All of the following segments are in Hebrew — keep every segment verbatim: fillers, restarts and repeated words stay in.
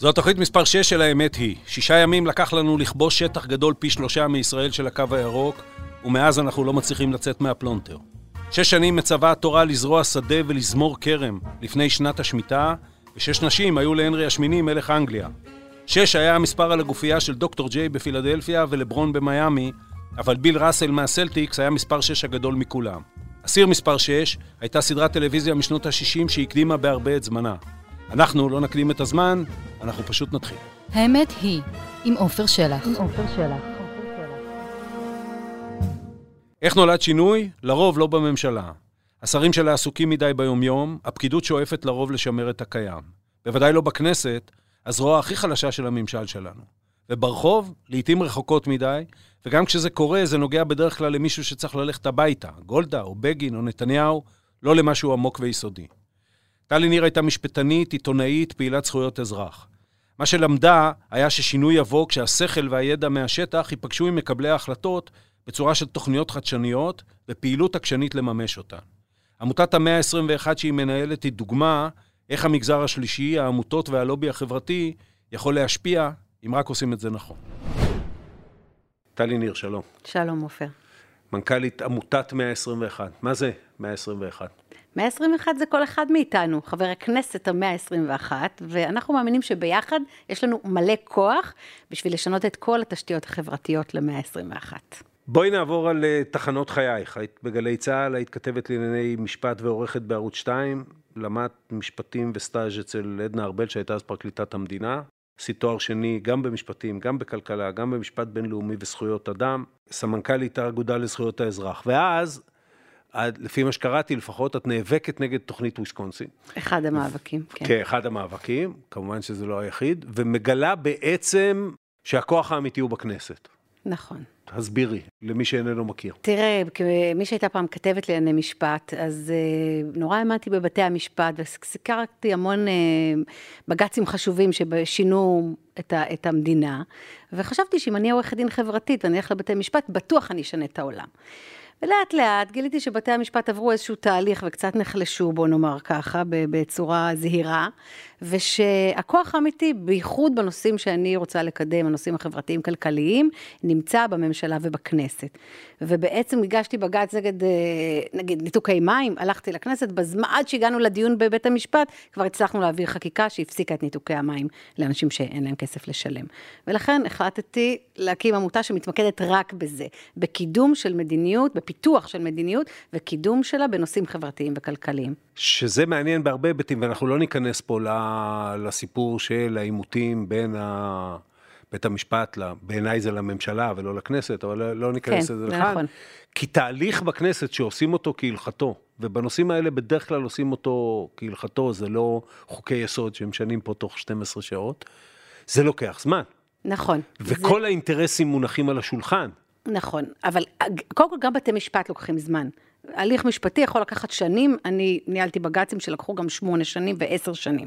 זו התוכנית מספר שש של האמת היא. שישה ימים לקח לנו לכבוש שטח גדול פי שלושה מישראל של הקו הירוק, ומאז אנחנו לא מצליחים לצאת מהפלונטר. שש שנים מצווה התורה לזרוע שדה ולזמור כרם לפני שנת השמיטה, ושש נשים היו להנרי השמיני מלך אנגליה. שש היה המספר על הגופייה של דוקטור ג'יי בפילדלפיה ולברון במיימי, אבל ביל ראסל מהסלטיקס היה מספר שש הגדול מכולם. הסיר מספר שש הייתה סדרת טלוויזיה משנות ה-שישים שהקדימה בהרבה את זמנה. אנחנו לא נקדים את הזמן, אנחנו פשוט נתחיל. האמת היא, עם עופר שלח. עם עופר שלח. איך נולד שינוי? לרוב לא בממשלה. השרים שלה עסוקים מדי ביומיום, הפקידות שואפת לרוב לשמר את הקיים. בוודאי לא בכנסת, הזרוע הכי חלשה של הממשל שלנו. וברחוב, לעתים רחוקות מדי, וגם כשזה קורה, זה נוגע בדרך כלל למישהו שצריך ללכת הביתה, גולדה או בגין או נתניהו, לא למשהו עמוק ויסודי. טלי ניר הייתה משפטנית, עיתונאית, פעילת זכויות אזרח. מה שלמדה היה ששינוי יבוא כשהשכל והידע מהשטח ייפגשו עם מקבלי ההחלטות בצורה של תוכניות חדשניות ופעילות עקשנית לממש אותן. עמותת המאה ה-עשרים ואחת שהיא מנהלת היא דוגמה איך המגזר השלישי, העמותות והלובי החברתי יכול להשפיע אם רק עושים את זה נכון. טלי ניר, שלום. שלום עופר. מנכ"לית עמותת מאה ה-עשרים ואחת. מה זה מאה ה-עשרים ואחת? מאה ה-עשרים ואחת זה כל אחד מאיתנו, חבר הכנסת המאה ה-עשרים ואחת, ואנחנו מאמינים שביחד יש לנו מלא כוח בשביל לשנות את כל התשתיות החברתיות למאה ה-עשרים ואחת. בואי נעבור על תחנות חייך. היית בגלי צהל, היית כתבת לענייני משפט ועורכת בערוץ שתיים, למדת משפטים וסטאז' אצל עדנה ארבל שהייתה אז פרקליטת המדינה, עשית תואר שני גם במשפטים, גם בכלכלה, גם במשפט בינלאומי וזכויות אדם, סמנכ"לית האגודה לזכויות האזרח, ואז לפי מה שקראתי לפחות, את נאבקת נגד תוכנית וויסקונסין. אחד המאבקים, כן. כן, אחד המאבקים, כמובן שזה לא היחיד, ומגלה בעצם שהכוח האמיתי הוא בכנסת. נכון. הסבירי, למי שאיננו מכיר. תראה, כמי שהייתה פעם כתבת לענייני משפט, אז uh, נורא האמנתי בבתי המשפט, וסקרתי המון uh, בג"צים חשובים ששינו את, ה, את המדינה, וחשבתי שאם אני עורכת דין חברתית ואני אלך לבתי משפט, בטוח אני אשנה את העולם. ולאט לאט גיליתי שבתי המשפט עברו איזשהו תהליך וקצת נחלשו, בוא נאמר ככה, בצורה זהירה, ושהכוח האמיתי, בייחוד בנושאים שאני רוצה לקדם, הנושאים החברתיים כלכליים, נמצא בממשלה ובכנסת. ובעצם הגשתי בג"ץ נגד, נגד ניתוקי מים, הלכתי לכנסת, בזמן עד שהגענו לדיון בבית המשפט, כבר הצלחנו להעביר חקיקה שהפסיקה את ניתוקי המים לאנשים שאין להם כסף לשלם. ולכן החלטתי להקים עמותה שמתמקדת רק בזה, בקידום של מדיניות, פיתוח של מדיניות וקידום שלה בנושאים חברתיים וכלכליים. שזה מעניין בהרבה היבטים, ואנחנו לא ניכנס פה לסיפור של העימותים בין בית המשפט, בעיניי זה לממשלה ולא לכנסת, אבל לא ניכנס כן, לזה לכאן. נכון. כי תהליך בכנסת שעושים אותו כהלכתו, ובנושאים האלה בדרך כלל עושים אותו כהלכתו, זה לא חוקי יסוד שמשנים פה תוך שתים עשרה שעות, זה לוקח זמן. נכון. וכל זה... האינטרסים מונחים על השולחן. נכון, אבל קודם כל גם בתי משפט לוקחים זמן. הליך משפטי יכול לקחת שנים, אני ניהלתי בג"צים שלקחו גם שמונה שנים ועשר שנים.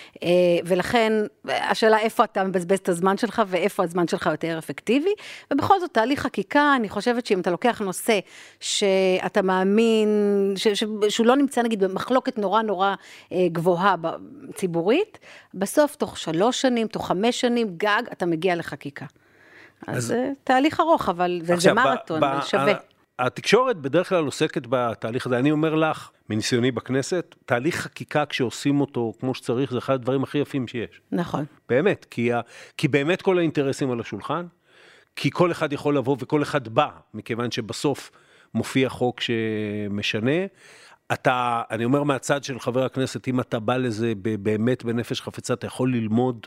ולכן, השאלה איפה אתה מבזבז את הזמן שלך, ואיפה הזמן שלך יותר אפקטיבי, ובכל זאת, תהליך חקיקה, אני חושבת שאם אתה לוקח נושא שאתה מאמין, ש, ש, שהוא לא נמצא נגיד במחלוקת נורא נורא גבוהה ציבורית, בסוף תוך שלוש שנים, תוך חמש שנים, גג, אתה מגיע לחקיקה. אז זה תהליך ארוך, אבל זה מרתון, זה שווה. התקשורת בדרך כלל עוסקת בתהליך הזה, אני אומר לך, מניסיוני בכנסת, תהליך חקיקה כשעושים אותו כמו שצריך, זה אחד הדברים הכי יפים שיש. נכון. באמת, כי, כי באמת כל האינטרסים על השולחן, כי כל אחד יכול לבוא וכל אחד בא, מכיוון שבסוף מופיע חוק שמשנה, אתה, אני אומר מהצד של חבר הכנסת, אם אתה בא לזה באמת בנפש חפצה, אתה יכול ללמוד,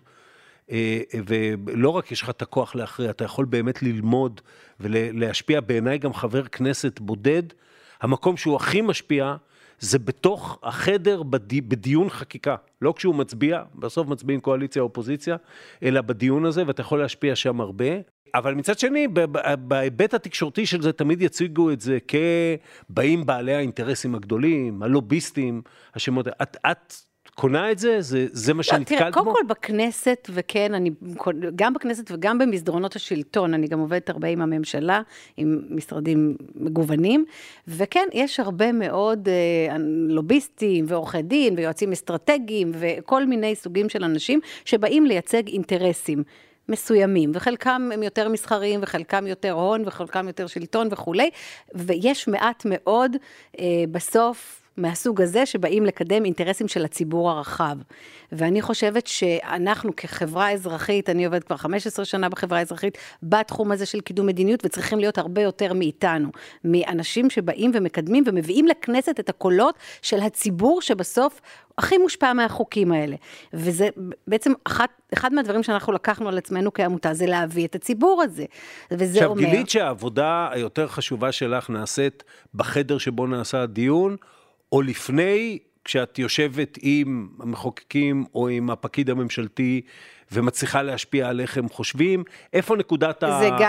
ולא רק יש לך את הכוח להכריע, אתה יכול באמת ללמוד ולהשפיע. בעיניי גם חבר כנסת בודד, המקום שהוא הכי משפיע, זה בתוך החדר בדיון חקיקה, לא כשהוא מצביע, בסוף מצביעים קואליציה או אופוזיציה, אלא בדיון הזה, ואתה יכול להשפיע שם הרבה. אבל מצד שני, בהיבט התקשורתי של זה, תמיד יציגו את זה כבאים בעלי האינטרסים הגדולים, הלוביסטים, השמות. את, את קונה את זה? זה, זה מה שנתקלת בו? תראה, קודם כל בכנסת, וכן, אני, גם בכנסת וגם במסדרונות השלטון, אני גם עובדת הרבה עם הממשלה, עם משרדים מגוונים, וכן, יש הרבה מאוד אה, לוביסטים ועורכי דין ויועצים אסטרטגיים וכל מיני סוגים של אנשים שבאים לייצג אינטרסים מסוימים, וחלקם הם יותר מסחריים, וחלקם יותר הון, וחלקם יותר שלטון וכולי, ויש מעט מאוד אה, בסוף, מהסוג הזה שבאים לקדם אינטרסים של הציבור הרחב. ואני חושבת שאנחנו כחברה אזרחית, אני עובדת כבר חמש עשרה שנה בחברה האזרחית, בתחום הזה של קידום מדיניות, וצריכים להיות הרבה יותר מאיתנו, מאנשים שבאים ומקדמים ומביאים לכנסת את הקולות של הציבור שבסוף הכי מושפע מהחוקים האלה. וזה בעצם אחד, אחד מהדברים שאנחנו לקחנו על עצמנו כעמותה, זה להביא את הציבור הזה. וזה עכשיו, אומר... גילית שהעבודה היותר חשובה שלך נעשית בחדר שבו נעשה הדיון, או לפני, כשאת יושבת עם המחוקקים או עם הפקיד הממשלתי, ומצליחה להשפיע על איך הם חושבים, איפה נקודת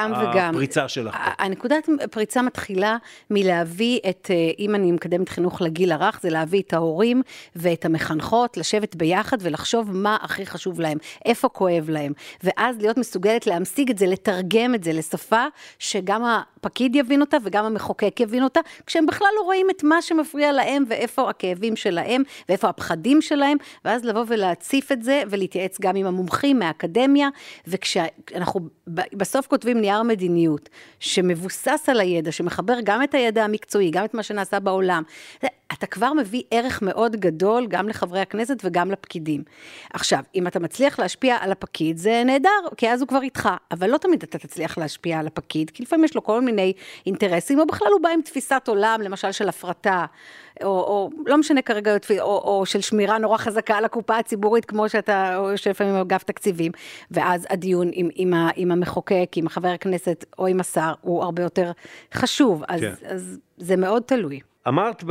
הפריצה שלך? הנקודת הפריצה מתחילה מלהביא את, אם אני מקדמת חינוך לגיל הרך, זה להביא את ההורים ואת המחנכות, לשבת ביחד ולחשוב מה הכי חשוב להם, איפה כואב להם, ואז להיות מסוגלת להמשיג את זה, לתרגם את זה לשפה, שגם הפקיד יבין אותה וגם המחוקק יבין אותה, כשהם בכלל לא רואים את מה שמפריע להם, ואיפה הכאבים שלהם, ואיפה הפחדים שלהם, ואז לבוא ולהציף את זה, ולהתייעץ גם עם המומחים, מהאקדמיה, וכשאנחנו בסוף כותבים נייר מדיניות, שמבוסס על הידע, שמחבר גם את הידע המקצועי, גם את מה שנעשה בעולם, אתה כבר מביא ערך מאוד גדול, גם לחברי הכנסת וגם לפקידים. עכשיו, אם אתה מצליח להשפיע על הפקיד, זה נהדר, כי אז הוא כבר איתך, אבל לא תמיד אתה תצליח להשפיע על הפקיד, כי לפעמים יש לו כל מיני אינטרסים, או בכלל הוא בא עם תפיסת עולם, למשל של הפרטה, או, או לא משנה כרגע, או, או של שמירה נורא חזקה על הקופה הציבורית, כמו שאתה, או שלפעמים אגף תקציבים, ואז הדיון עם, עם, ה, עם המחוקק, עם חבר הכנסת, או עם השר, הוא הרבה יותר חשוב, אז, כן. אז זה מאוד תלוי. אמרת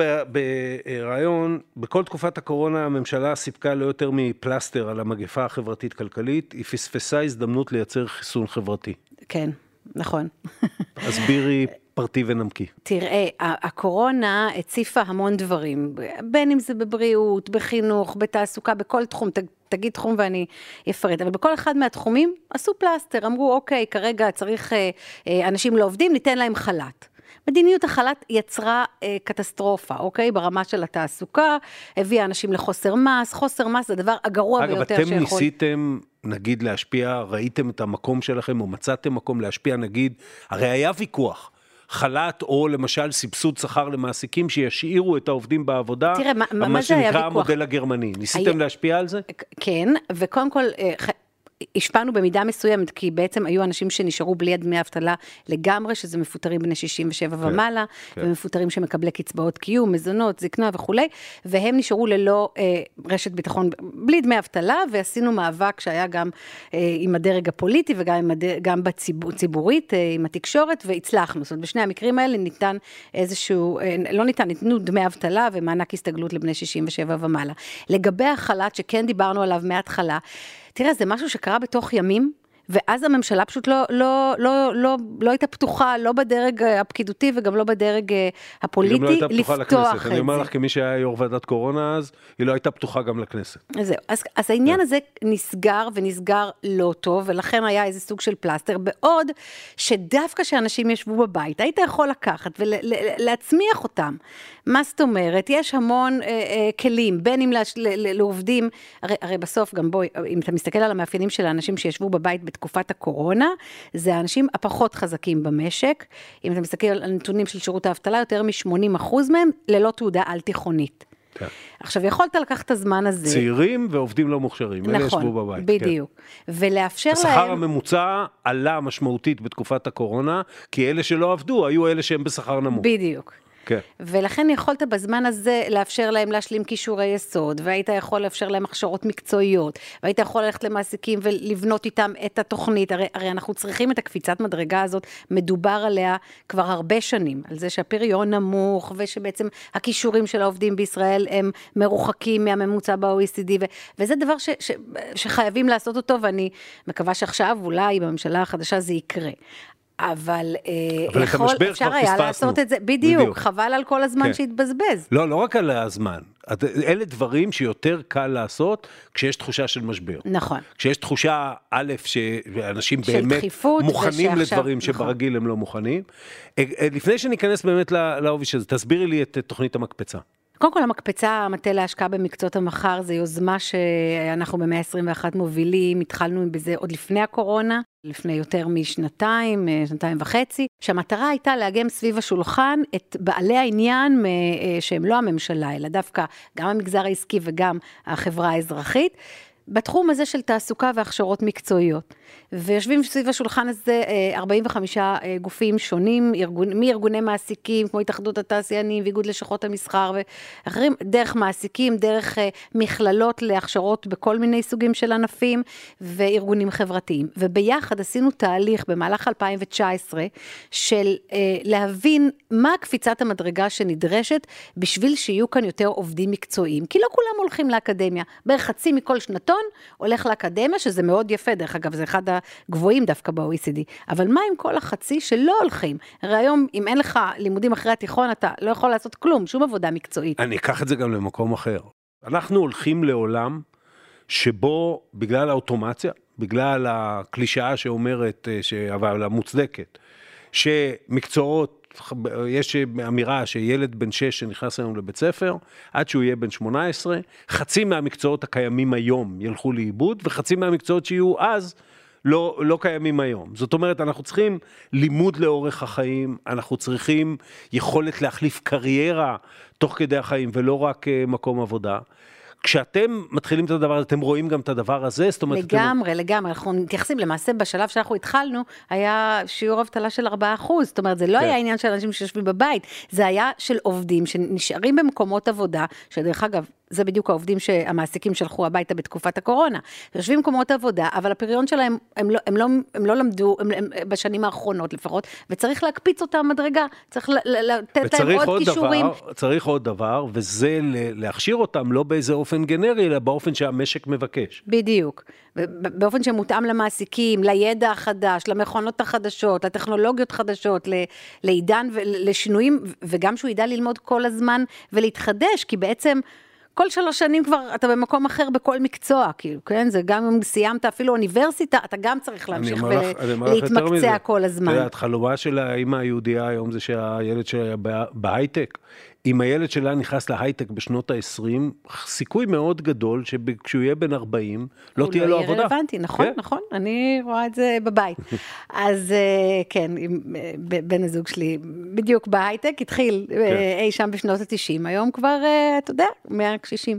ברעיון, בכל תקופת הקורונה הממשלה סיפקה לא יותר מפלסטר על המגפה החברתית-כלכלית, היא פספסה הזדמנות לייצר חיסון חברתי. כן, נכון. הסבירי פרטי ונמקי. תראה, הקורונה הציפה המון דברים, בין אם זה בבריאות, בחינוך, בתעסוקה, בכל תחום, תגיד תחום ואני אפרט, אבל בכל אחד מהתחומים עשו פלסטר, אמרו, אוקיי, כרגע צריך, אנשים לא עובדים, ניתן להם חל"ת. מדיניות החל"ת יצרה אה, קטסטרופה, אוקיי? ברמה של התעסוקה, הביאה אנשים לחוסר מס, חוסר מס זה הדבר הגרוע אגב, ביותר שיכול... שיכול... אגב, אתם ניסיתם, נגיד, להשפיע, ראיתם את המקום שלכם, או מצאתם מקום להשפיע, נגיד, הרי היה ויכוח, חל"ת או למשל סבסוד שכר למעסיקים שישאירו את העובדים בעבודה, תראה, מה, מה, מה זה היה שנקרא ויכוח? המודל הגרמני. ניסיתם היה... להשפיע על זה? כן, וקודם כל... השפענו במידה מסוימת, כי בעצם היו אנשים שנשארו בלי דמי אבטלה לגמרי, שזה מפוטרים בני שישים ושבע כן, ומעלה, כן. ומפוטרים שמקבלי קצבאות קיום, מזונות, זקנה וכו', והם נשארו ללא אה, רשת ביטחון, בלי דמי אבטלה, ועשינו מאבק שהיה גם אה, עם הדרג הפוליטי, וגם עם הדרג, גם בציבורית, אה, עם התקשורת, והצלחנו. זאת אומרת, בשני המקרים האלה ניתן איזשהו, אה, לא ניתן, ניתנו דמי אבטלה, ומענק הסתגלות לבני שישים ושבע ומעלה. לגבי החל"ת, שכן דיברנו עליו מההתחלה, תראה, זה משהו שקרה בתוך ימים, ואז הממשלה פשוט לא, לא, לא, לא, לא הייתה פתוחה, לא בדרג הפקידותי וגם לא בדרג הפוליטי, היא גם לא הייתה פתוחה לכנסת. אני אומר זה. לך, כמי שהיה יו"ר ועדת קורונה אז, היא לא הייתה פתוחה גם לכנסת. זהו. אז, אז העניין הזה נסגר ונסגר לא טוב, ולכן היה איזה סוג של פלסטר, בעוד שדווקא שאנשים ישבו בבית, היית יכול לקחת ולהצמיח אותם. מה זאת אומרת? יש המון אה, אה, כלים, בין אם לעש, ל, ל, לעובדים, הרי, הרי בסוף גם בואי, אם אתה מסתכל על המאפיינים של האנשים שישבו בבית בתקופת הקורונה, זה האנשים הפחות חזקים במשק, אם אתה מסתכל על הנתונים של שירות האבטלה, יותר מ-שמונים אחוז מהם ללא תעודה על תיכונית. כן. עכשיו, יכולת לקחת את הזמן הזה. צעירים ועובדים לא מוכשרים, נכון, אלה ישבו בבית. בדיוק. כן. ולאפשר השכר להם... השכר הממוצע עלה משמעותית בתקופת הקורונה, כי אלה שלא עבדו, היו אלה שהם בשכר נמוך. בדיוק. כן. ולכן יכולת בזמן הזה לאפשר להם להשלים כישורי יסוד, והיית יכול לאפשר להם הכשרות מקצועיות, והיית יכול ללכת למעסיקים ולבנות איתם את התוכנית, הרי, הרי אנחנו צריכים את הקפיצת מדרגה הזאת, מדובר עליה כבר הרבה שנים, על זה שהפריון נמוך, ושבעצם הכישורים של העובדים בישראל הם מרוחקים מהממוצע ב-או אי סי די, ו- וזה דבר ש- ש- שחייבים לעשות אותו, ואני מקווה שעכשיו אולי בממשלה החדשה זה יקרה. אבל, אבל יכול, את המשבר אפשר כבר היה פספסנו. לעשות את זה, בדיוק, בדיוק. חבל על כל הזמן כן. שהתבזבז. לא, לא רק על הזמן. אלה דברים שיותר קל לעשות כשיש תחושה של משבר. נכון. כשיש תחושה, א', שאנשים של באמת דחיפות, מוכנים ושעכשיו- לדברים נכון. שברגיל הם לא מוכנים. לפני שניכנס באמת לעובי שזה, תסבירי לי את תוכנית המקפצה. קודם כל, המקפצה, המטה להשקעה במקצועות המחר, זו יוזמה שאנחנו במאה ה-עשרים ואחת מובילים, התחלנו בזה עוד לפני הקורונה, לפני יותר משנתיים, שנתיים וחצי, שהמטרה הייתה לאגם סביב השולחן את בעלי העניין שהם לא הממשלה, אלא דווקא גם המגזר העסקי וגם החברה האזרחית, בתחום הזה של תעסוקה והכשרות מקצועיות. ויושבים סביב השולחן הזה ארבעים וחמישה גופים שונים, ארגון, מארגוני מעסיקים, כמו התאחדות התעשיינים ואיגוד לשכות המסחר ואחרים, דרך מעסיקים, דרך מכללות להכשרות בכל מיני סוגים של ענפים וארגונים חברתיים. וביחד עשינו תהליך במהלך אלפיים תשע עשרה של להבין מה קפיצת המדרגה שנדרשת בשביל שיהיו כאן יותר עובדים מקצועיים. כי לא כולם הולכים לאקדמיה. בערך חצי מכל שנתון הולך לאקדמיה, שזה מאוד יפה, דרך אגב, זה אחד הגבוהים דווקא ב-או אי סי די. אבל מה עם כל החצי שלא הולכים? הרי היום, אם אין לך לימודים אחרי התיכון, אתה לא יכול לעשות כלום, שום עבודה מקצועית. אני אקח את זה גם למקום אחר. אנחנו הולכים לעולם שבו, בגלל האוטומציה, בגלל הקלישאה שאומרת, אבל המוצדקת, שמקצועות, יש אמירה שילד בן שש שנכנס היום לבית ספר, עד שהוא יהיה בן שמונה עשרה, חצי מהמקצועות הקיימים היום ילכו לאיבוד, וחצי מהמקצועות שיהיו אז לא, לא קיימים היום. זאת אומרת, אנחנו צריכים לימוד לאורך החיים, אנחנו צריכים יכולת להחליף קריירה תוך כדי החיים, ולא רק מקום עבודה. כשאתם מתחילים את הדבר הזה, אתם רואים גם את הדבר הזה? זאת אומרת, לגמרי, אתם... לגמרי. אנחנו מתייחסים למעשה בשלב שאנחנו התחלנו, היה שיעור אבטלה של ארבעה אחוז. זאת אומרת, זה לא כן. היה עניין של אנשים שיושבים בבית, זה היה של עובדים שנשארים במקומות עבודה, שדרך אגב, זה בדיוק העובדים שהמעסיקים שלחו הביתה בתקופת הקורונה. יושבים במקומות עבודה, אבל הפריון שלהם, הם לא, הם לא, הם לא למדו, הם, הם, בשנים האחרונות לפחות, וצריך להקפיץ אותם מדרגה, צריך לתת להם עוד, עוד כישורים. דבר, צריך עוד דבר, וזה להכשיר אותם לא באיזה אופן גנרי, אלא באופן שהמשק מבקש. בדיוק. באופן שמותאם למעסיקים, לידע החדש, למכונות החדשות, לטכנולוגיות חדשות, לעידן ולשינויים, וגם שהוא ידע ללמוד כל הזמן ולהתחדש, כי בעצם כל שלוש שנים כבר אתה במקום אחר בכל מקצוע, כאילו, כן? זה גם אם סיימת אפילו אוניברסיטה, אתה גם צריך להמשיך ולהתמקצע כל הזמן. תראה, החלומה של האמא היהודייה היום זה שהילד שלה בהייטק, אם הילד שלה נכנס להייטק בשנות ה-עשרים, סיכוי מאוד גדול שכשהוא יהיה בן ארבעים, לא תהיה לו עבודה. הוא לא יהיה רלוונטי, נכון, נכון, אני רואה את זה בבית. אז כן, בן הזוג שלי בדיוק בהייטק, התחיל אי שם בשנות ה-תשעים, היום כבר, אתה יודע, מאה קשישים.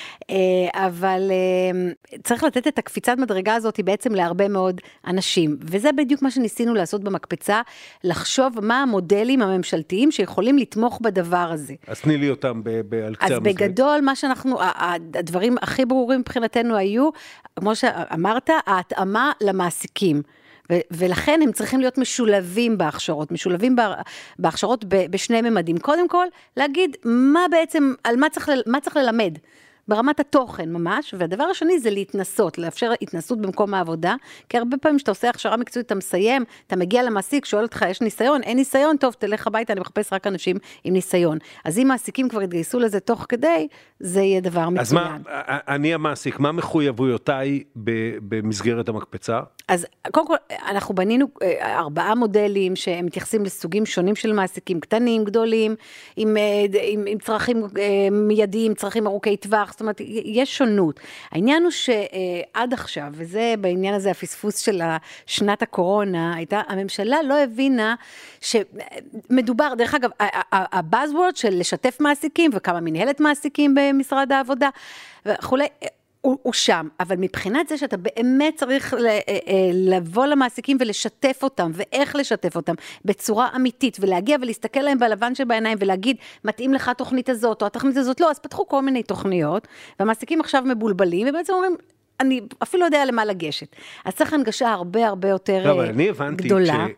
אבל צריך לתת את הקפיצת מדרגה הזאת בעצם להרבה מאוד אנשים, וזה בדיוק מה שניסינו לעשות במקפצה, לחשוב מה המודלים הממשלתיים שיכולים לתמוך בדבר הזה. אז תני לי אותם על קצה המזלג. אז בגדול, מה שאנחנו, הדברים הכי ברורים מבחינתנו היו, כמו שאמרת, ההתאמה למעסיקים. ולכן הם צריכים להיות משולבים בהכשרות, משולבים בהכשרות בשני ממדים. קודם כל, להגיד מה בעצם, על מה צריך, מה צריך ללמד. ברמת התוכן ממש, והדבר השני זה להתנסות, לאפשר התנסות במקום העבודה, כי הרבה פעמים שאתה עושה הכשרה מקצועית, אתה מסיים, אתה מגיע למעסיק, שואל אותך, יש ניסיון? אין ניסיון? טוב, תלך הביתה, אני מחפש רק אנשים עם ניסיון. אז אם מעסיקים כבר התגייסו לזה תוך כדי, זה יהיה דבר מצוין. אז מה, אני המעסיק, מה מחויבויותיי במסגרת המקפצה? אז קודם כל, אנחנו בנינו ארבעה מודלים שהם מתייחסים לסוגים שונים של מעסיקים, קטנים, גדולים, עם, עם, עם צרכים מיידיים, צרכים ארוכי טווח, זאת אומרת, יש שונות. העניין הוא שעד עכשיו, וזה בעניין הזה הפספוס של שנת הקורונה, הייתה, הממשלה לא הבינה שמדובר, דרך אגב, הבאזוורד של לשתף מעסיקים, וכמה מנהלת מעסיקים במשרד העבודה, וכולי, הוא, הוא שם, אבל מבחינת זה שאתה באמת צריך לבוא למעסיקים ולשתף אותם, ואיך לשתף אותם, בצורה אמיתית, ולהגיע ולהסתכל להם בלבן שבעיניים, ולהגיד, מתאים לך התוכנית הזאת, או התוכנית הזאת לא, אז פתחו כל מיני תוכניות, והמעסיקים עכשיו מבולבלים, ובעצם אומרים, אני אפילו לא יודע למה לגשת. אז צריך הנגשה הרבה הרבה יותר גדולה. אבל אני הבנתי,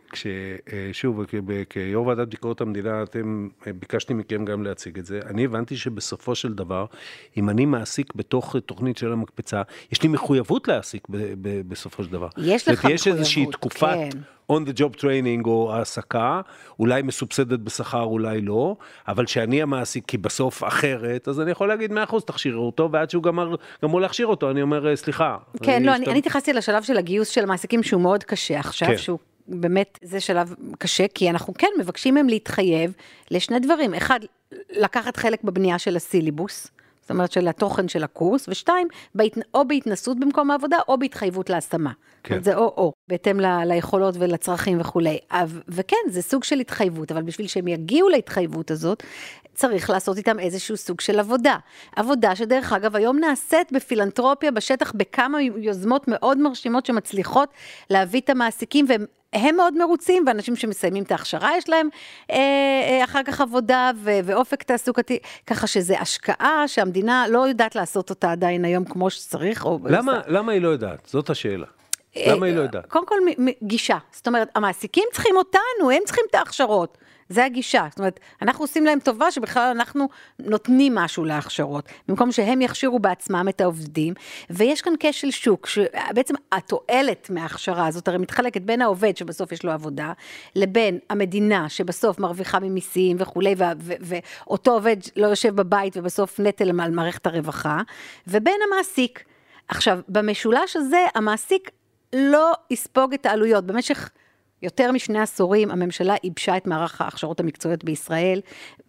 שוב, כיו"ר ועדת ביקורת המדינה, אתם ביקשתי מכם גם להציג את זה, אני הבנתי שבסופו של דבר, אם אני מעסיק בתוך תוכנית של המקפצה, יש לי מחויבות להעסיק בסופו של דבר. יש לך מחויבות, יש איזושהי תקופת on the job training או העסקה, אולי מסובסדת בשכר, אולי לא, אבל שאני המעסיק, כי בסוף אחרת, אז אני יכול להגיד מאה אחוז תכשירו אותו, ועד שהוא גמר, גמור להכשיר אותו, אני אומר, סליחה. כן, לא, אני, אני התייחסתי לשלב של הגיוס של המעסיקים, שהוא מאוד קשה עכשיו, כן. שהוא באמת, זה שלב קשה, כי אנחנו כן מבקשים מהם להתחייב לשני דברים. אחד, לקחת חלק בבנייה של הסיליבוס, זאת אומרת של התוכן של הקורס, ושתיים, או בהתנסות במקום העבודה, או בהתחייבות להשמה. כן. זה או-או, בהתאם ל- ליכולות ולצרכים וכולי. וכן, זה סוג של התחייבות, אבל בשביל שהם יגיעו להתחייבות הזאת, צריך לעשות איתם איזשהו סוג של עבודה. עבודה שדרך אגב היום נעשית בפילנטרופיה בשטח, בכמה יוזמות מאוד מרשימות שמצליחות להביא את המעסיקים, והם הם מאוד מרוצים, ואנשים שמסיימים את ההכשרה יש להם אה, אה, אחר כך עבודה ו- ואופק תעסוקתי, ככה שזה השקעה שהמדינה לא יודעת לעשות אותה עדיין היום כמו שצריך. או למה, למה היא לא יודעת? זאת השאלה. למה היא לא יודעת? קודם כל גישה, זאת אומרת, המעסיקים צריכים אותנו, הם צריכים את ההכשרות. זה הגישה, זאת אומרת, אנחנו עושים להם טובה שבכלל אנחנו נותנים משהו להכשרות, במקום שהם יכשירו בעצמם את העובדים, ויש כאן כשל שוק, שבעצם התועלת מההכשרה הזאת, הרי מתחלקת בין העובד שבסוף יש לו עבודה, לבין המדינה שבסוף מרוויחה ממיסים וכולי, ואותו עובד לא יושב בבית ובסוף נטל על מערכת הרווחה, ובין המעסיק. עכשיו, במשולש הזה, המעסיק לא יספוג את העלויות, במשך יותר משני עשורים הממשלה ייבשה את מערך ההכשרות המקצועיות בישראל,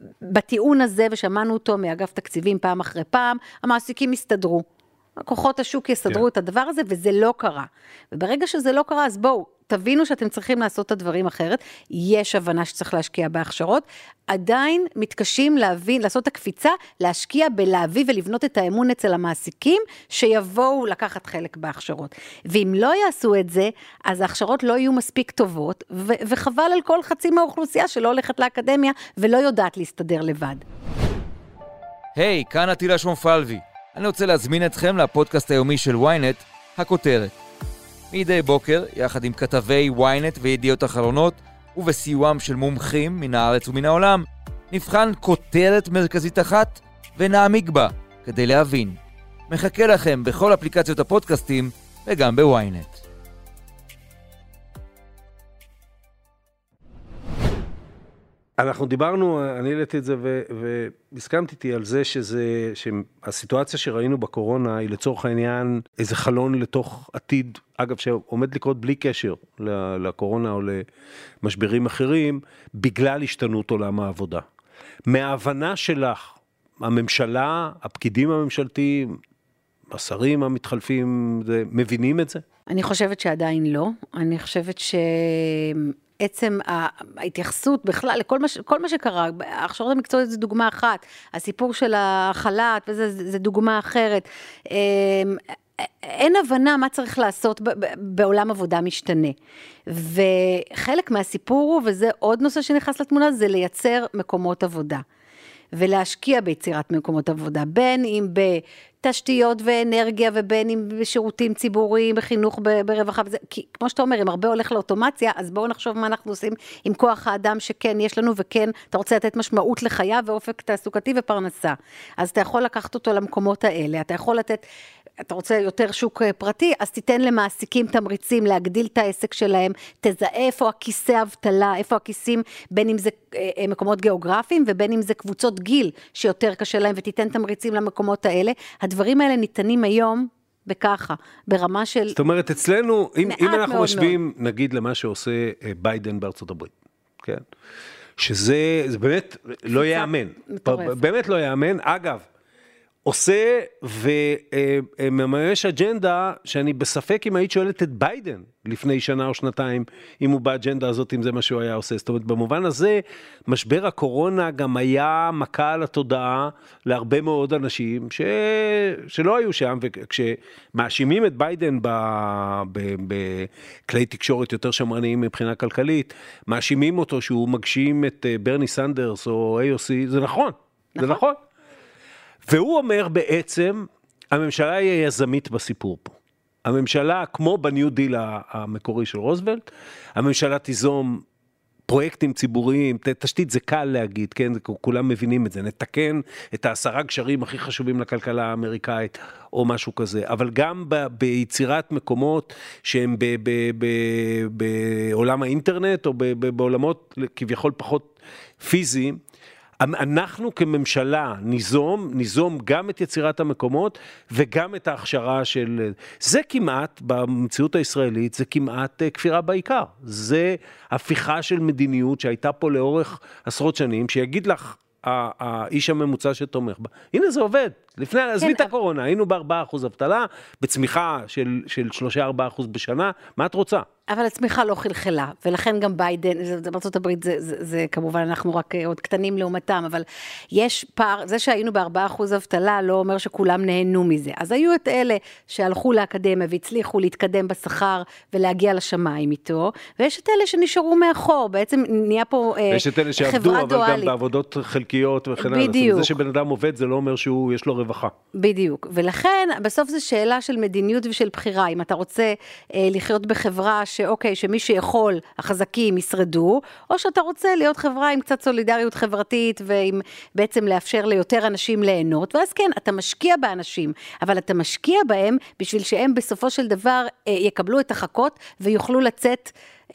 בטיעון הזה, ושמענו אותו מאגף תקציבים פעם אחרי פעם, המעסיקים יסתדרו, כוחות השוק יסדרו yeah. את הדבר הזה, וזה לא קרה. וברגע שזה לא קרה, אז בואו, תבינו שאתם צריכים לעשות את הדברים אחרת, יש הבנה שצריך להשקיע בהכשרות, עדיין מתקשים להבין, לעשות את הקפיצה, להשקיע בלהביא ולבנות את האמון אצל המעסיקים, שיבואו לקחת חלק בהכשרות. ואם לא יעשו את זה, אז ההכשרות לא יהיו מספיק טובות, ו- וחבל על כל חצי מהאוכלוסייה שלא הולכת לאקדמיה, ולא יודעת להסתדר לבד. היי, hey, כאן עטילה שומפלבי. אני רוצה להזמין אתכם לפודקאסט היומי של וויינט, הכותרת. מדי בוקר, יחד עם כתבי וויינט וידיעות אחרונות, ובסיועם של מומחים מן הארץ ומן העולם, נבחן כותרת מרכזית אחת ונעמיק בה כדי להבין. מחכה לכם בכל אפליקציות הפודקאסטים וגם בוויינט. אנחנו דיברנו, אני העליתי את זה והסכמתי איתי על זה שזה, שהסיטואציה שראינו בקורונה היא לצורך העניין איזה חלון לתוך עתיד, אגב שעומד לקרות בלי קשר לקורונה או למשברים אחרים, בגלל השתנות עולם העבודה. מההבנה שלך, הממשלה, הפקידים הממשלתיים, השרים המתחלפים, מבינים את זה? אני חושבת שעדיין לא. אני חושבת ש... עצם ההתייחסות בכלל, לכל מה, כל מה שקרה, ההכשרות המקצועיות זה דוגמה אחת, הסיפור של החל"ת וזה זה דוגמה אחרת, אין הבנה מה צריך לעשות בעולם עבודה משתנה, וחלק מהסיפור הוא, וזה עוד נושא שנכנס לתמונה, זה לייצר מקומות עבודה, ולהשקיע ביצירת מקומות עבודה, בין אם בתשתיות ואנרגיה, ובין אם בשירותים ציבוריים, בחינוך, ברווחה, וזה, כי כמו שאתה אומר, אם הרבה הולך לאוטומציה, אז בואו נחשוב מה אנחנו עושים עם כוח האדם שכן יש לנו, וכן אתה רוצה לתת משמעות לחיה, ואופק תעסוקתי ופרנסה. אז אתה יכול לקחת אותו למקומות האלה, אתה יכול לתת, אתה רוצה יותר שוק פרטי, אז תיתן למעסיקים תמריצים, להגדיל את העסק שלהם, תזהה איפה הכיסא אבטלה, איפה הכיסים, בין אם זה מקומות גיאוגרפיים, ובין אם זה קבוצות גיל, שיותר קשה להם, ותיתן תמריצים למקומות האלה. הדברים האלה ניתנים היום בככה, ברמה של... זאת אומרת, אצלנו, אם, אם אנחנו משווים, נגיד למה שעושה ביידן בארצות הברית, כן? שזה זה באמת לא יאמן. באמת לא יאמן. אגב, עושה וממש אג'נדה שאני בספק אם היית שואלת את ביידן לפני שנה או שנתיים, אם הוא באג'נדה הזאת, אם זה מה שהוא היה עושה. זאת אומרת, במובן הזה, משבר הקורונה גם היה מכה על התודעה להרבה מאוד אנשים ש... שלא היו שם, וכשמאשימים את ביידן בכלי תקשורת יותר שמרניים מבחינה כלכלית, מאשימים אותו שהוא מגשים את ברני סנדרס או איי או סי, זה נכון, זה נכון. והוא אומר בעצם, הממשלה היא יזמית בסיפור פה. הממשלה, כמו בניו דיל המקורי של רוזוולט, הממשלה תיזום פרויקטים ציבוריים, תשתית זה קל להגיד, כן, כולם מבינים את זה, נתקן את העשרה גשרים הכי חשובים לכלכלה האמריקאית, או משהו כזה, אבל גם ב, ביצירת מקומות שהם ב, ב, ב, בעולם האינטרנט, או ב, ב, בעולמות כביכול פחות פיזיים, אנחנו כממשלה ניזום, ניזום גם את יצירת המקומות וגם את ההכשרה של... זה כמעט, במציאות הישראלית, זה כמעט כפירה בעיקר. זה הפיכה של מדיניות שהייתה פה לאורך עשרות שנים, שיגיד לך האיש הממוצע שתומך בה. הנה זה עובד. לפני, עזבי את הקורונה, היינו ב-ארבעה אחוז אבטלה, בצמיחה של, של שלושה ארבעה אחוז בשנה, מה את רוצה? אבל הצמיחה לא חלחלה, ולכן גם ביידן, בארצות הברית זה, זה, זה כמובן אנחנו רק עוד קטנים לעומתם, אבל יש פער, זה שהיינו ב-ארבעה אחוז אבטלה לא אומר שכולם נהנו מזה. אז היו את אלה שהלכו לאקדמיה והצליחו להתקדם בשכר ולהגיע לשמיים איתו, ויש את אלה שנשארו מאחור, בעצם נהיה פה חברה דואלית. יש את אלה שעבדו, אבל גם בעבודות חלקיות וכן הלאה. בדיוק. זה שבן אדם עובד זה לא אומר שהוא, יש לו רווחה. בדיוק, ולכן בסוף זו שאלה של מדיניות ושל בחירה, אם אתה רוצה אה, לחיות בחברה שאוקיי, שמי שיכול, החזקים ישרדו, או שאתה רוצה להיות חברה עם קצת סולידריות חברתית, ועם בעצם לאפשר ליותר אנשים ליהנות, ואז כן, אתה משקיע באנשים, אבל אתה משקיע בהם בשביל שהם בסופו של דבר אה, יקבלו את החכות, ויוכלו לצאת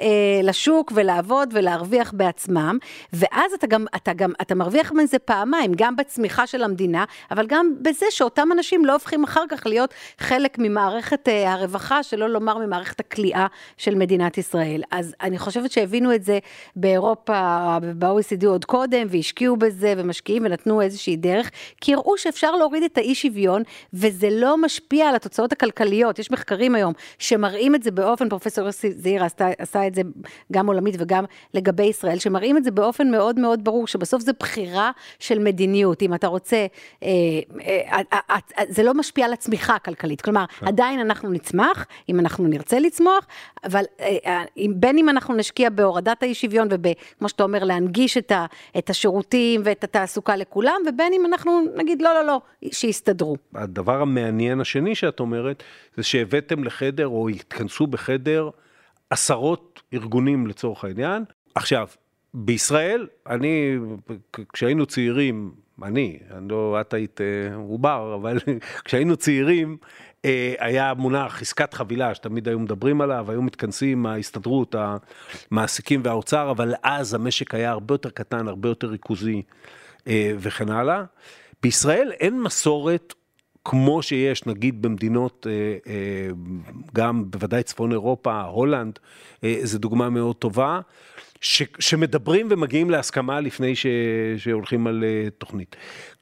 לשוק ולעבוד ולהרוויח בעצמם, ואז אתה גם, אתה גם, אתה מרוויח מזה פעמיים, גם בצמיחה של המדינה, אבל גם בזה שאותם אנשים לא הופכים אחר כך להיות חלק ממערכת הרווחה, שלא לומר ממערכת הכליאה של מדינת ישראל. אז אני חושבת שהבינו את זה באירופה, ב-או אי סי די עוד קודם, והשקיעו בזה ומשקיעים ונתנו איזושהי דרך, כי הראו שאפשר להוריד את האי שוויון, וזה לא משפיע על התוצאות הכלכליות. יש מחקרים היום שמראים את זה באופן, פרופסור זעירא עשתה, עשתה את זה גם עולמית וגם לגבי ישראל, שמראים את זה באופן מאוד מאוד ברור, שבסוף זה בחירה של מדיניות. אם אתה רוצה, אה, אה, אה, אה, זה לא משפיע על הצמיחה הכלכלית. כלומר, עדיין אנחנו נצמח, אם אנחנו נרצה לצמוח, אבל אה, בין אם אנחנו נשקיע בהורדת האי שוויון, וכמו שאתה אומר, להנגיש את, ה, את השירותים ואת התעסוקה לכולם, ובין אם אנחנו נגיד לא, לא, לא, שיסתדרו. הדבר המעניין השני שאת אומרת, זה שהבאתם לחדר, או התכנסו בחדר, עשרות ארגונים לצורך העניין. עכשיו, בישראל, אני, כשהיינו צעירים, אני, אני לא, את היית עובר, אבל כשהיינו צעירים, היה מונח עסקת חבילה, שתמיד היו מדברים עליו, היו מתכנסים ההסתדרות, המעסיקים והאוצר, אבל אז המשק היה הרבה יותר קטן, הרבה יותר ריכוזי וכן הלאה. בישראל אין מסורת, כמו שיש, נגיד, במדינות, גם בוודאי צפון אירופה, הולנד, זו דוגמה מאוד טובה, ש, שמדברים ומגיעים להסכמה לפני ש, שהולכים על תוכנית.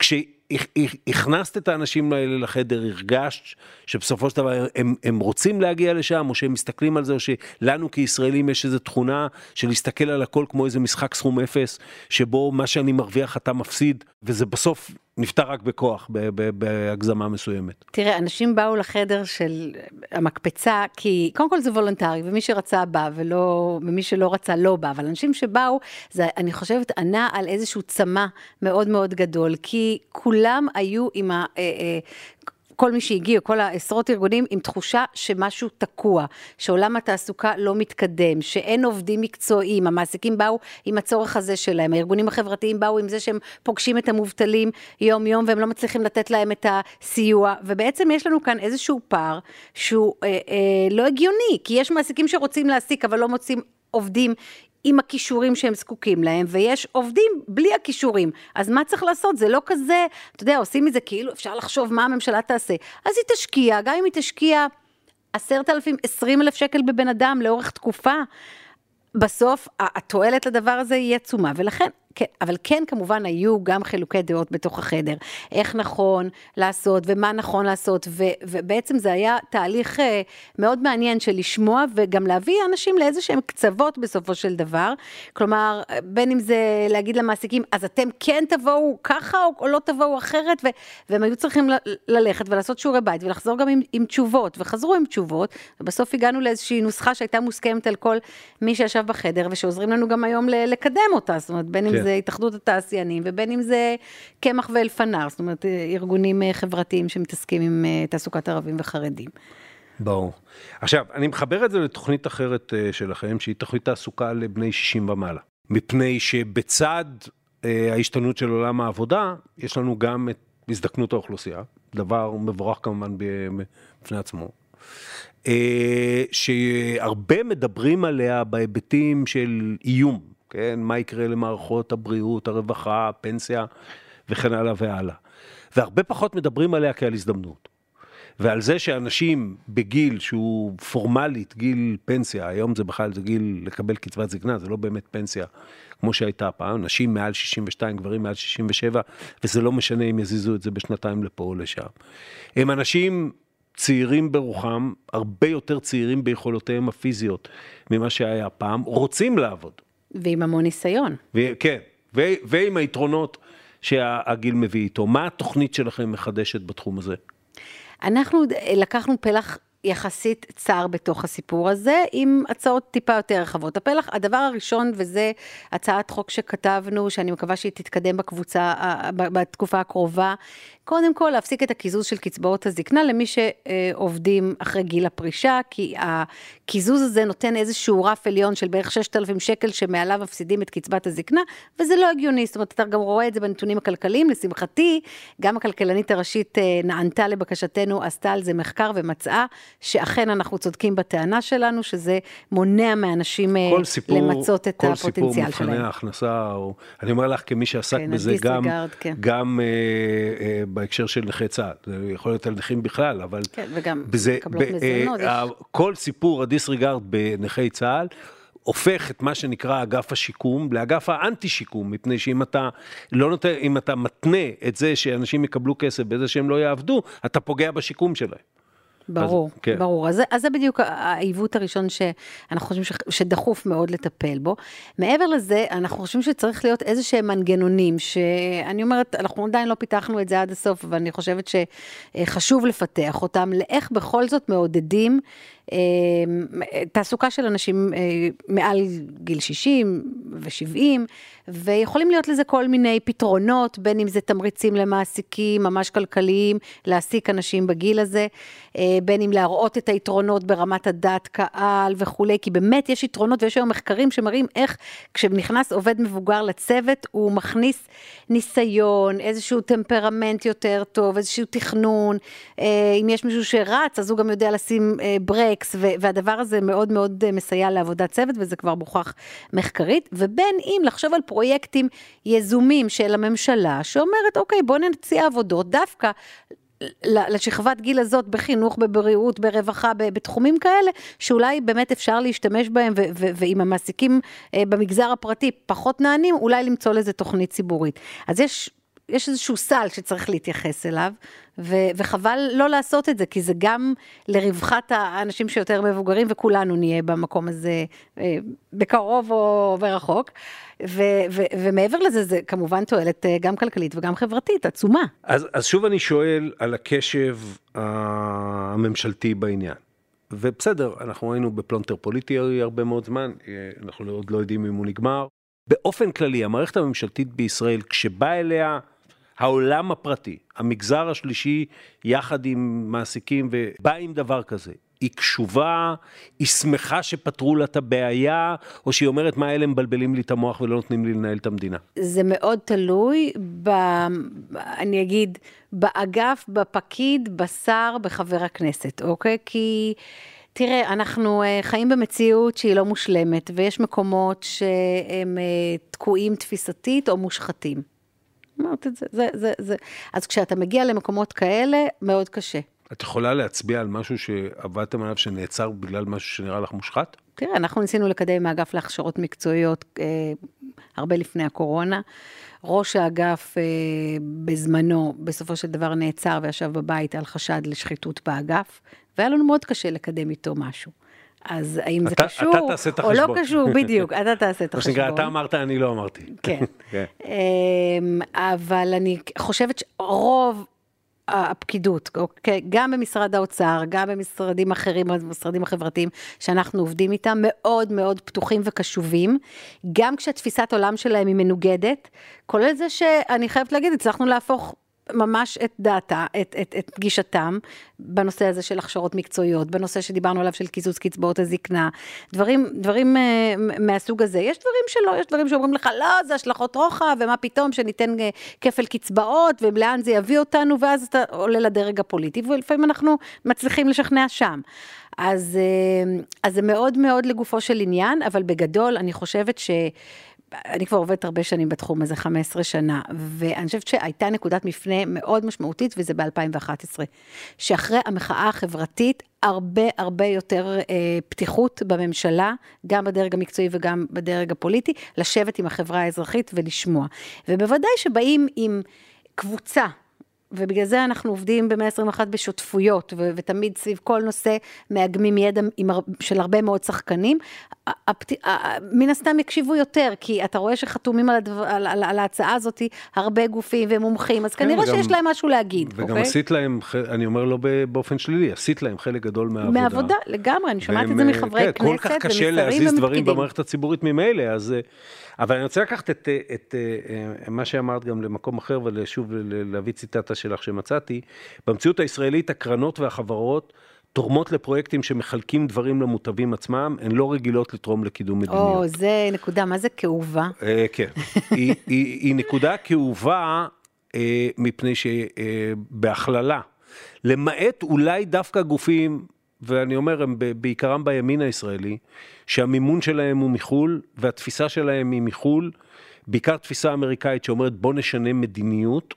כשהכנסת את האנשים האלה לחדר, הרגשת שבסופו של דבר הם, הם רוצים להגיע לשם, או שהם מסתכלים על זה, או שלנו כישראלים יש איזו תכונה של להסתכל על הכל כמו איזה משחק סכום אפס, שבו מה שאני מרוויח אתה מפסיד, וזה בסוף נפתר רק בכוח, בהגזמה מסוימת. תראה, אנשים באו לחדר של המקפצה, כי קודם כל זה וולונטרי, ומי שרצה בא, ולא, ומי שלא רצה לא בא, אבל אנשים שבאו, זה, אני חושבת, ענה על איזשהו צמא מאוד מאוד גדול, כי כולם היו עם ה... כל מי שהגיע, כל העשרות ארגונים, עם תחושה שמשהו תקוע, שעולם התעסוקה לא מתקדם, שאין עובדים מקצועיים, המעסיקים באו עם הצורך הזה שלהם, הארגונים החברתיים באו עם זה שהם פוגשים את המובטלים יום יום, והם לא מצליחים לתת להם את הסיוע, ובעצם יש לנו כאן איזשהו פער, שהוא אה, אה, לא הגיוני, כי יש מעסיקים שרוצים להעסיק, אבל לא מוצאים עובדים, עם הכישורים שהם זקוקים להם, ויש עובדים בלי הכישורים. אז מה צריך לעשות? זה לא כזה, אתה יודע, עושים את זה כאילו, אפשר לחשוב מה הממשלה תעשה. אז היא תשקיע, גם אם היא תשקיע עשרת אלפים, עשרים אלף שקל בבן אדם לאורך תקופה, בסוף התועלת לדבר הזה היא עצומה, ולכן, כן, אבל כן כמובן היו גם חילוקי דעות בתוך החדר, איך נכון לעשות ומה נכון לעשות, ו, ובעצם זה היה תהליך מאוד מעניין של לשמוע וגם להביא אנשים לאיזה שהם קצוות בסופו של דבר, כלומר בין אם זה להגיד למעסיקים, אז אתם כן תבואו ככה או, או לא תבואו אחרת, ו, והם היו צריכים ל, ללכת ולעשות שיעורי בית ולחזור גם עם, עם תשובות, וחזרו עם תשובות, ובסוף הגענו לאיזושהי נוסחה שהייתה מוסכמת על כל מי שישב בחדר, ושעוזרים לנו גם היום לקדם אותה, זאת אומרת בין אם זה התאחדות התעשיינים, ובין אם זה קמח ואלפנר, זאת אומרת, ארגונים חברתיים שמתעסקים עם תעסוקת ערבים וחרדים. ברור. עכשיו, אני מחבר את זה לתוכנית אחרת שלכם, שהיא תוכנית תעסוקה לבני שישים ומעלה. מפני שבצד אה, ההשתנות של עולם העבודה, יש לנו גם את הזדקנות האוכלוסייה, דבר מבורך כמובן בפני עצמו, אה, שהרבה מדברים עליה בהיבטים של איום, כן? מה יקרה למערכות הבריאות, הרווחה, הפנסיה וכן הלאה והלאה. והרבה פחות מדברים עליה כעל הזדמנות. ועל זה שאנשים בגיל שהוא פורמלית, גיל פנסיה, היום זה בכלל זה גיל לקבל קצבת זקנה, זה לא באמת פנסיה כמו שהייתה פעם, נשים מעל שישים ושתיים, גברים מעל שישים ושבע, וזה לא משנה אם יזיזו את זה בשנתיים לפה או לשם. הם אנשים צעירים ברוחם, הרבה יותר צעירים ביכולותיהם הפיזיות ממה שהיה פעם, רוצים לעבוד. ועם המון ניסיון. ו- כן, ו- ועם היתרונות שהגיל מביא איתו. מה התוכנית שלכם מחדשת בתחום הזה? אנחנו לקחנו פלח יחסית צר בתוך הסיפור הזה, עם הצעות טיפה יותר רחבות. הפלח, הדבר הראשון, וזה הצעת חוק שכתבנו, שאני מקווה שהיא תתקדם בקבוצה, בתקופה הקרובה, קודם כל להפסיק את הקיזוז של קצבאות הזקנה, למי שעובדים אחרי גיל הפרישה, כי הקיזוז הזה נותן איזשהו רף עליון של בערך ששת אלפים שקל, שמעליו מפסידים את קצבת הזקנה, וזה לא הגיוני, זאת אומרת, אתה גם רואה את זה בנתונים הכלכליים, לשמחתי, גם הכלכלנית הראשית נענתה לבקשתנו, עשתה על זה מחקר ומצאה, שאכן אנחנו צודקים בטענה שלנו, שזה מונע מאנשים סיפור, למצות את הפוטנציאל שלהם. כל סיפור מבחני ההכנסה, או, אני אומר לך כמי שעסק כן, בזה גם, כן. גם אה, אה, בהקשר של נכי צה"ל, זה יכול להיות על נכים בכלל, אבל כן, וגם בזה, מקבלות ב, מזונות. אה, יש... כל סיפור הדיסריגרד בנכי צה"ל, הופך את מה שנקרא אגף השיקום לאגף האנטי-שיקום, מפני שאם אתה לא נותן, אם אתה מתנה את זה שאנשים יקבלו כסף בזה שהם לא יעבדו, אתה פוגע בשיקום שלהם. ברור, אז, כן. ברור. אז, אז זה בדיוק העיוות הראשון שאנחנו חושבים ש, שדחוף מאוד לטפל בו. מעבר לזה, אנחנו חושבים שצריך להיות איזה שהם מנגנונים, שאני אומרת, אנחנו עדיין לא פיתחנו את זה עד הסוף, ואני חושבת שחשוב לפתח אותם, לאיך בכל זאת מעודדים תעסוקה של אנשים מעל גיל שישים ו-שבעים, ויכולים להיות לזה כל מיני פתרונות, בין אם זה תמריצים למעסיקים, ממש כלכליים, להעסיק אנשים בגיל הזה, בין אם להראות את היתרונות ברמת הדת, קהל וכו', כי באמת יש יתרונות, ויש היום מחקרים שמראים איך כשנכנס עובד מבוגר לצוות, הוא מכניס ניסיון, איזשהו טמפרמנט יותר טוב, איזשהו תכנון, אם יש מישהו שרץ, אז הוא גם יודע לשים ברק, והדבר הזה מאוד מאוד מסייע לעבודת צוות, וזה כבר מוכח מחקרית, ובין אם לחשוב על פרויקטים יזומים של הממשלה, שאומרת, אוקיי, בוא נציע עבודות, דווקא לשכבת גיל הזאת, בחינוך, בבריאות, ברווחה, בתחומים כאלה, שאולי באמת אפשר להשתמש בהם, ועם המעסיקים במגזר הפרטי פחות נענים, אולי למצוא לזה תוכנית ציבורית. אז יש... יש איזשהו סל שצריך להתייחס אליו, ו- וחבל לא לעשות את זה, כי זה גם לרווחת האנשים שיותר מבוגרים, וכולנו נהיה במקום הזה אה, בקרוב או ברחוק, ו- ו- ומעבר לזה, זה כמובן תועלת גם כלכלית וגם חברתית, עצומה. אז, אז שוב אני שואל על הקשב הממשלתי בעניין. ובסדר, אנחנו היינו בפלונטר פוליטי הרבה מאוד זמן, אנחנו עוד לא יודעים אם הוא נגמר. באופן כללי, המערכת הממשלתית בישראל, כשבא אליה העולם הפרטי, המגזר השלישי, יחד עם מעסיקים, ובא עם דבר כזה, היא קשובה, היא שמחה שפתרו לה את הבעיה, או שהיא אומרת מה אלה מבלבלים לי את המוח ולא נותנים לי לנהל את המדינה? זה מאוד תלוי, ב, אני אגיד, באגף, בפקיד, בשר, בחבר הכנסת, אוקיי? כי... תראה, אנחנו חיים במציאות שהיא לא מושלמת, ויש מקומות שהם תקועים תפיסתית או מושחתים. אמרת את זה, זה, זה, זה. אז כשאתה מגיע למקומות כאלה, מאוד קשה. את יכולה להצביע על משהו שעבדתם עליו שנעצר בגלל משהו שנראה לך מושחת? תראה, אנחנו ניסינו לקדם האגף להכשרות מקצועיות אה, הרבה לפני הקורונה. ראש האגף אה, בזמנו, בסופו של דבר נעצר וישב בבית על חשד לשחיתות באגף, והיה לנו מאוד קשה לקדם איתו משהו. אז האם זה קשור או לא קשור, בדיוק, אתה תעשה את החשבון. אתה אמרת, אני לא אמרתי. כן. אבל אני חושבת שרוב הפקידות, גם במשרד האוצר, גם במשרדים אחרים, במשרדים החברתיים שאנחנו עובדים איתם, מאוד מאוד פתוחים וקשובים, גם כשתפיסת עולם שלהם היא מנוגדת, כולל זה שאני חייבת להגיד, הצלחנו להפוך ממש את דעתה, את, את, את גישתם, בנושא הזה של הכשרות מקצועיות, בנושא שדיברנו עליו של קיזוז קצבאות הזקנה, דברים, דברים מהסוג הזה. יש דברים שלא, יש דברים שאומרים לך, לא, זה השלכות רוחב, ומה פתאום שניתן כפל קצבאות, ולאן זה יביא אותנו, ואז אתה עולה לדרג הפוליטי, ולפעמים אנחנו מצליחים לשכנע שם. אז, אז זה מאוד מאוד לגופו של עניין, אבל בגדול אני חושבת ש... אני כבר עובדת הרבה שנים בתחום הזה, חמש עשרה שנה, ואני חושבת שהייתה נקודת מפנה מאוד משמעותית, וזה ב-אלפיים ואחת עשרה, שאחרי המחאה החברתית, הרבה הרבה יותר אה, פתיחות בממשלה, גם בדרג המקצועי וגם בדרג הפוליטי, לשבת עם החברה האזרחית ולשמוע. ובוודאי שבאים עם קבוצה, ובגלל זה אנחנו עובדים ב-מאה עשרים ואחת בשותפויות, ו- ותמיד סביב כל נושא מאגמים ידע עם הר- של הרבה מאוד שחקנים, הפת... מן הסתם יקשיבו יותר, כי אתה רואה שחתומים על, הדבר, על, על, על ההצעה הזאת הרבה גופים ומומחים, אז כן, כנראה וגם, שיש להם משהו להגיד. וגם אוקיי? עשית להם, אני אומר לא באופן שלילי, עשית להם חלק גדול מהעבודה. מהעבודה, לגמרי, אני שומעת את זה מחברי כן, כנסת, כל כך קשה להזיז דברים במערכת הציבורית ממילא, אז... אבל אני רוצה לקחת את, את, את מה שאמרת גם למקום אחר, ושוב להביא ציטטה שלך שמצאתי, במציאות הישראלית הקרנות והחברות תורמות לפרויקטים שמחלקים דברים למוטבים עצמם, הן לא רגילות לתרום לקידום מדיניות. או, זה נקודה, מה זה כאובה? כן, היא, היא, היא נקודה כאובה מפני שבהכללה, למעט אולי דווקא גופים, ואני אומר, הם בעיקרם בימין הישראלי, שהמימון שלהם הוא מחול, והתפיסה שלהם היא מחול, בעיקר תפיסה אמריקאית שאומרת בוא נשנה מדיניות,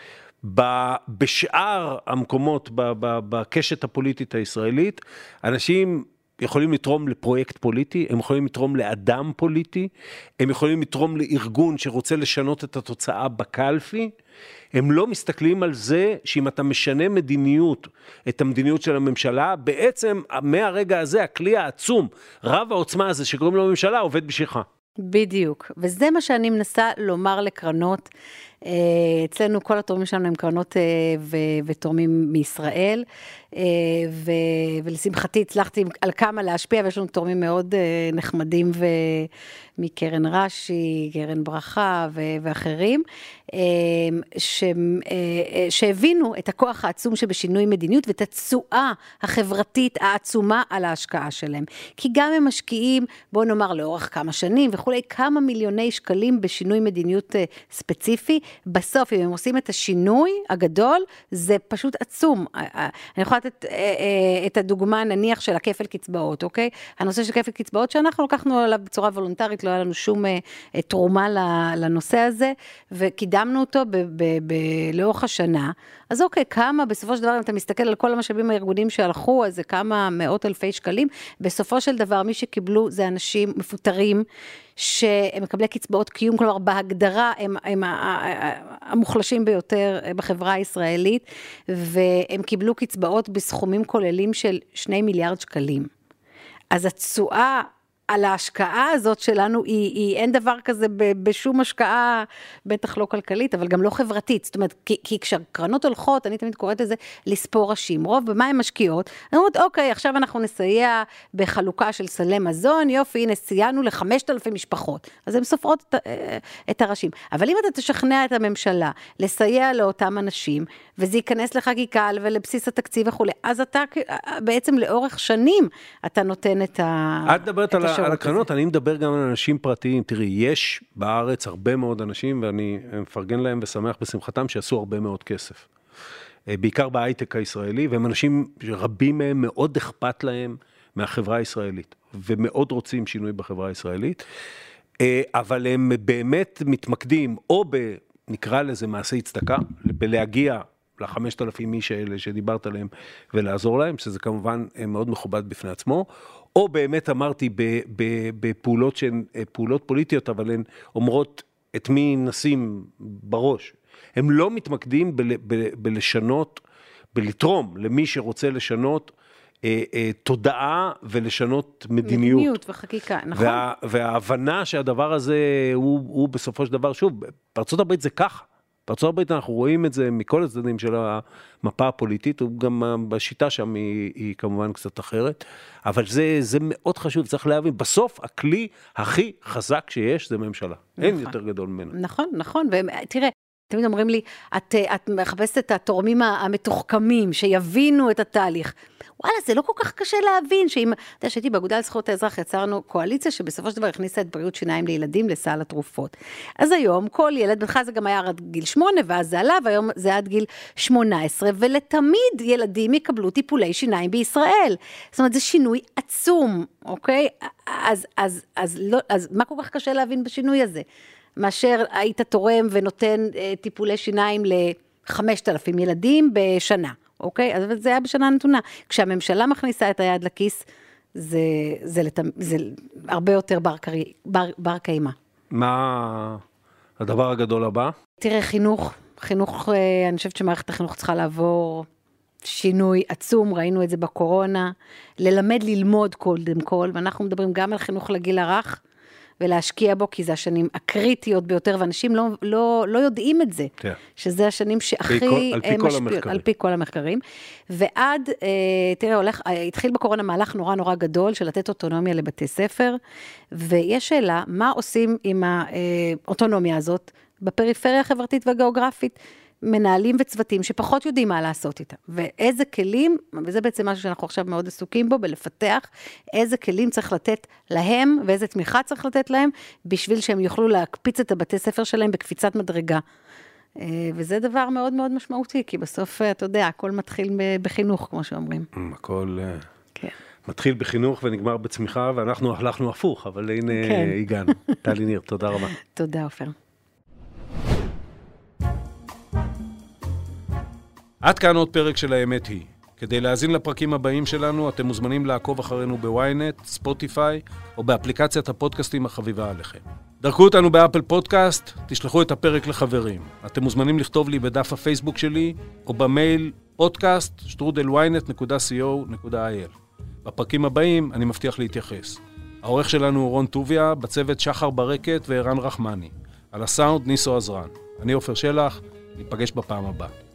בשאר המקומות, בקשת הפוליטית הישראלית, אנשים יכולים לתרום לפרויקט פוליטי, הם יכולים לתרום לאדם פוליטי, הם יכולים לתרום לארגון שרוצה לשנות את התוצאה בקלפי, הם לא מסתכלים על זה שאם אתה משנה מדיניות, את המדיניות של הממשלה, בעצם מהרגע הזה הכלי העצום, רב העוצמה הזה שקוראים לו הממשלה, עובד בשבילך. בדיוק, וזה מה שאני מנסה לומר לקרנות, אצלנו כל התורמים שלנו הם קרנות ותורמים מישראל, ולשמחתי הצלחתי על כמה להשפיע, ויש לנו תורמים מאוד נחמדים מקרן רש"י, קרן ברכה ואחרים, שהבינו את הכוח העצום שבשינוי מדיניות, ואת התשואה החברתית העצומה על ההשקעה שלהם. כי גם הם משקיעים, בואו נאמר לאורך כמה שנים, וכולי כמה מיליוני שקלים בשינוי מדיניות ספציפי, בסוף, אם הם עושים את השינוי הגדול, זה פשוט עצום. אני יכולה לתת את הדוגמה, נניח, של הכפל קצבאות, אוקיי? הנושא של כפל קצבאות, שאנחנו לקחנו עליו בצורה וולונטרית, לא היה לנו שום תרומה לנושא הזה, וקידמנו אותו לאורך השנה. אז אוקיי, כמה, בסופו של דבר, אם אתה מסתכל על כל המשאבים הארגונים שהלכו, אז זה כמה מאות אלפי שקלים, בסופו של דבר, מי שקיבלו זה אנשים מפוטרים, שהם מקבלי קצבאות קיום, כלומר בהגדרה הם, הם המוחלשים ביותר בחברה הישראלית, והם קיבלו קצבאות בסכומים כוללים של שני מיליארד שקלים. אז התשואה על ההשקעה הזאת שלנו, היא, היא אין דבר כזה בשום השקעה, בטח לא כלכלית, אבל גם לא חברתית. זאת אומרת, כי, כי כשקרנות הולכות, אני תמיד קוראת לזה, לספור ראשים. רוב, במה הן משקיעות? אני אומרת, אוקיי, עכשיו אנחנו נסייע בחלוקה של סלי מזון, יופי, הנה, סייענו לחמשת אלפים משפחות. אז הן סופרות את, את הראשים. אבל אם אתה תשכנע את הממשלה, לסייע לאותם אנשים, וזה ייכנס לחקיקה ולבסיס התקציב וכו', אז אתה בעצם לאורך שנים, אתה נותן את ה... את מדברת על על הקרנות, אני מדבר גם על אנשים פרטיים. תראי, יש בארץ הרבה מאוד אנשים, ואני מפרגן להם ושמח בשמחתם, שעשו הרבה מאוד כסף. בעיקר בהייטק הישראלי, והם אנשים שרבים מהם מאוד אכפת להם מהחברה הישראלית, ומאוד רוצים שינוי בחברה הישראלית, אבל הם באמת מתמקדים, או ב, נקרא לזה מעשי צדקה, בלהגיע לחמשת אלפים איש האלה שדיברת עליהם, ולעזור להם, שזה כמובן מאוד מכובד בפני עצמו, או באמת אמרתי בפעולות שהן פעולות פוליטיות, אבל הן אומרות את מי נשים בראש. הם לא מתמקדים ב- ב- בלשנות, בלתרום למי שרוצה לשנות אה, אה, תודעה ולשנות מדיניות. מדיניות וחקיקה, נכון. וה, וההבנה שהדבר הזה הוא, הוא בסופו של דבר, שוב, בארצות הברית זה ככה. בארצות הברית אנחנו רואים את זה מכל הצדדים של המפה הפוליטית, וגם בשיטה שם היא, היא כמובן קצת אחרת, אבל זה, זה מאוד חשוב, צריך להבין, בסוף הכלי הכי חזק שיש זה ממשלה, נכון. אין יותר גדול ממנו. נכון, נכון, ותראה, תמיד אומרים לי, את, את מחפשת את התורמים המתוחכמים, שיבינו את התהליך. וואלה, זה לא כל כך קשה להבין, שאם, אתה יודע, שהייתי באגודה לזכויות האזרח, יצרנו קואליציה, שבסופו של דבר הכניסה את בריאות שיניים לילדים לסל התרופות. אז היום, כל ילד, בנך זה גם היה עד גיל שמונה, ואז זה עלה, והיום זה עד גיל שמונה עשרה, ולתמיד ילדים יקבלו טיפולי שיניים בישראל. זאת אומרת, זה שינוי עצום, אוקיי? אז, אז, אז, לא, אז מה כל כך קשה להבין בשינוי הזה? מאשר היית תורם ונותן אה, טיפולי שיניים ל-חמשת אלפים ילדים בשנה. אוקיי? אז זה היה בשנה נתונה. כשהממשלה מכניסה את היד לכיס, זה, זה, לת... זה הרבה יותר בר, בר, בר קיימה. מה הדבר הגדול הבא? תראה, חינוך, חינוך, אני חושבת שמערכת החינוך צריכה לעבור שינוי עצום, ראינו את זה בקורונה, ללמד ללמוד קודם כל, ואנחנו מדברים גם על חינוך לגיל הרך, ולהשקיע בו, כי זה השנים הקריטיות ביותר, ואנשים לא, לא, לא יודעים את זה, yeah. שזה השנים שהכי משפיעות, על פי כל המחקרים, ועד, תראה, הולך, התחיל בקורונה מהלך נורא נורא גדול, של לתת אוטונומיה לבתי ספר, ויש שאלה, מה עושים עם האוטונומיה הזאת, בפריפריה החברתית והגיאוגרפית, מנהלים וצוותים שפחות יודעים מה לעשות איתם, ואיזה כלים, וזה בעצם משהו שאנחנו עכשיו מאוד עסוקים בו, בלפתח, איזה כלים צריך לתת להם, ואיזה תמיכה צריך לתת להם, בשביל שהם יוכלו להקפיץ את הבתי ספר שלהם בקפיצת מדרגה. וזה דבר מאוד מאוד משמעותי, כי בסוף, אתה יודע, הכל מתחיל בחינוך, כמו שאומרים. הכל כן. מתחיל בחינוך ונגמר בצמיחה, ואנחנו הלכנו הפוך, אבל הנה כן. הגענו. טלי ניר, תודה רבה. תודה, עופר. עד כאן עוד פרק של האמת היא. כדי להאזין לפרקים הבאים שלנו, אתם מוזמנים לעקוב אחרינו בוויינט, ספוטיפיי, או באפליקציית הפודקאסטים החביבה עליכם. דרכו אותנו באפל פודקאסט, תשלחו את הפרק לחברים. אתם מוזמנים לכתוב לי בדף הפייסבוק שלי, או במייל פודקאסט שטרודל וויינט נקודה סי או נקודה איי אל. בפרקים הבאים אני מבטיח להתייחס. העורך שלנו הוא רון טוביה, בצוות שחר ברקת וערן רחמני. על הסאונד ניסו עזרן. אני עופר שלח, ניפגש בפעם הבאה.